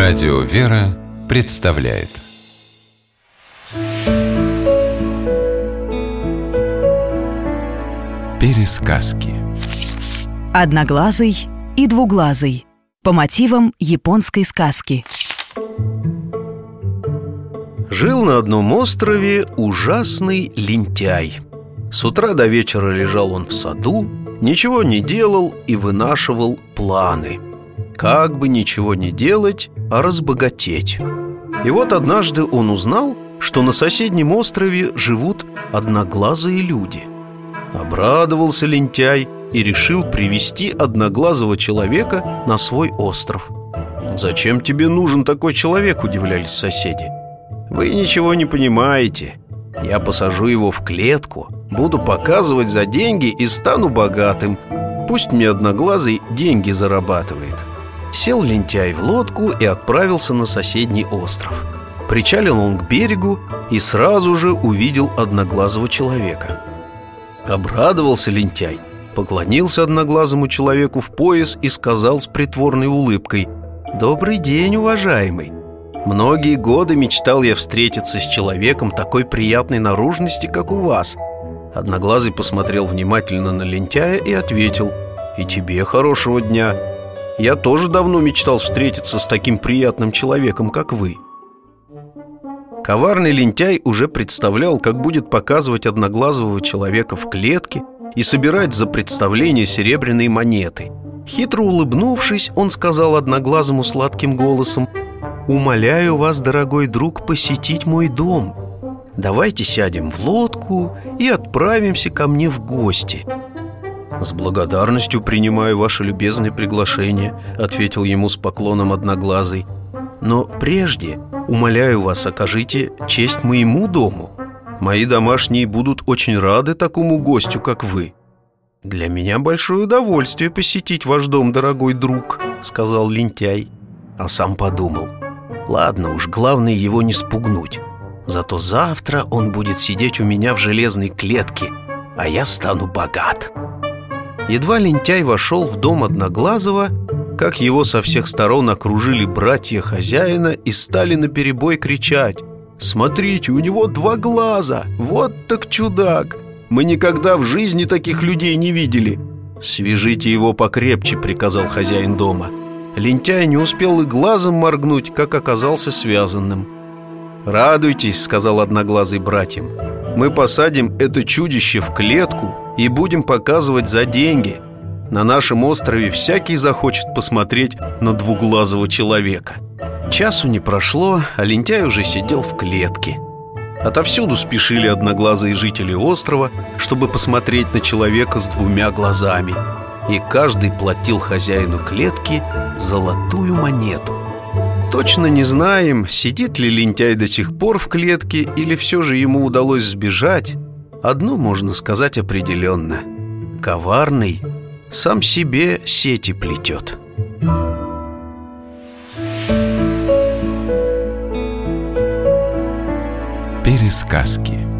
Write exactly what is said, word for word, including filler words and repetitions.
Радио «Вера» представляет Пересказки. Одноглазый и двуглазый. По мотивам японской сказки. Жил на одном острове ужасный лентяй. С утра до вечера лежал он в саду, ничего не делал и вынашивал планы. Как бы ничего не делать, а разбогатеть. И вот однажды он узнал, что на соседнем острове живут одноглазые люди. Обрадовался лентяй и решил привести одноглазого человека на свой остров. «Зачем тебе нужен такой человек?» – удивлялись соседи. «Вы ничего не понимаете. Я посажу его в клетку, буду показывать за деньги и стану богатым. Пусть мне одноглазый деньги зарабатывает». Сел лентяй в лодку и отправился на соседний остров. Причалил он к берегу и сразу же увидел одноглазого человека. Обрадовался лентяй, поклонился одноглазому человеку в пояс и сказал с притворной улыбкой: «Добрый день, уважаемый. Многие годы мечтал я встретиться с человеком такой приятной наружности, как у вас». Одноглазый посмотрел внимательно на лентяя и ответил: «И тебе хорошего дня. Я тоже давно мечтал встретиться с таким приятным человеком, как вы». Коварный лентяй уже представлял, как будет показывать одноглазого человека в клетке и собирать за представление серебряные монеты. Хитро улыбнувшись, он сказал одноглазому сладким голосом: «Умоляю вас, дорогой друг, посетить мой дом. Давайте сядем в лодку и отправимся ко мне в гости». «С благодарностью принимаю ваше любезное приглашение», — ответил ему с поклоном одноглазый. «Но прежде, умоляю вас, окажите честь моему дому. Мои домашние будут очень рады такому гостю, как вы». «Для меня большое удовольствие посетить ваш дом, дорогой друг», — сказал лентяй. А сам подумал: «Ладно уж, главное его не спугнуть. Зато завтра он будет сидеть у меня в железной клетке, а я стану богат». Едва лентяй вошел в дом одноглазого, как его со всех сторон окружили братья хозяина и стали наперебой кричать: «Смотрите, у него два глаза! Вот так чудак! Мы никогда в жизни таких людей не видели!» «Свяжите его покрепче», — приказал хозяин дома. Лентяй не успел и глазом моргнуть, как оказался связанным. «Радуйтесь», — сказал одноглазый братьям, «мы посадим это чудище в клетку и будем показывать за деньги. На нашем острове всякий захочет посмотреть на двуглазого человека». Часу не прошло, а лентяй уже сидел в клетке. Отовсюду спешили одноглазые жители острова, чтобы посмотреть на человека с двумя глазами. И каждый платил хозяину клетки золотую монету. Точно не знаем, сидит ли лентяй до сих пор в клетке или все же ему удалось сбежать. Одно можно сказать определенно: коварный сам себе сети плетет. Пересказки.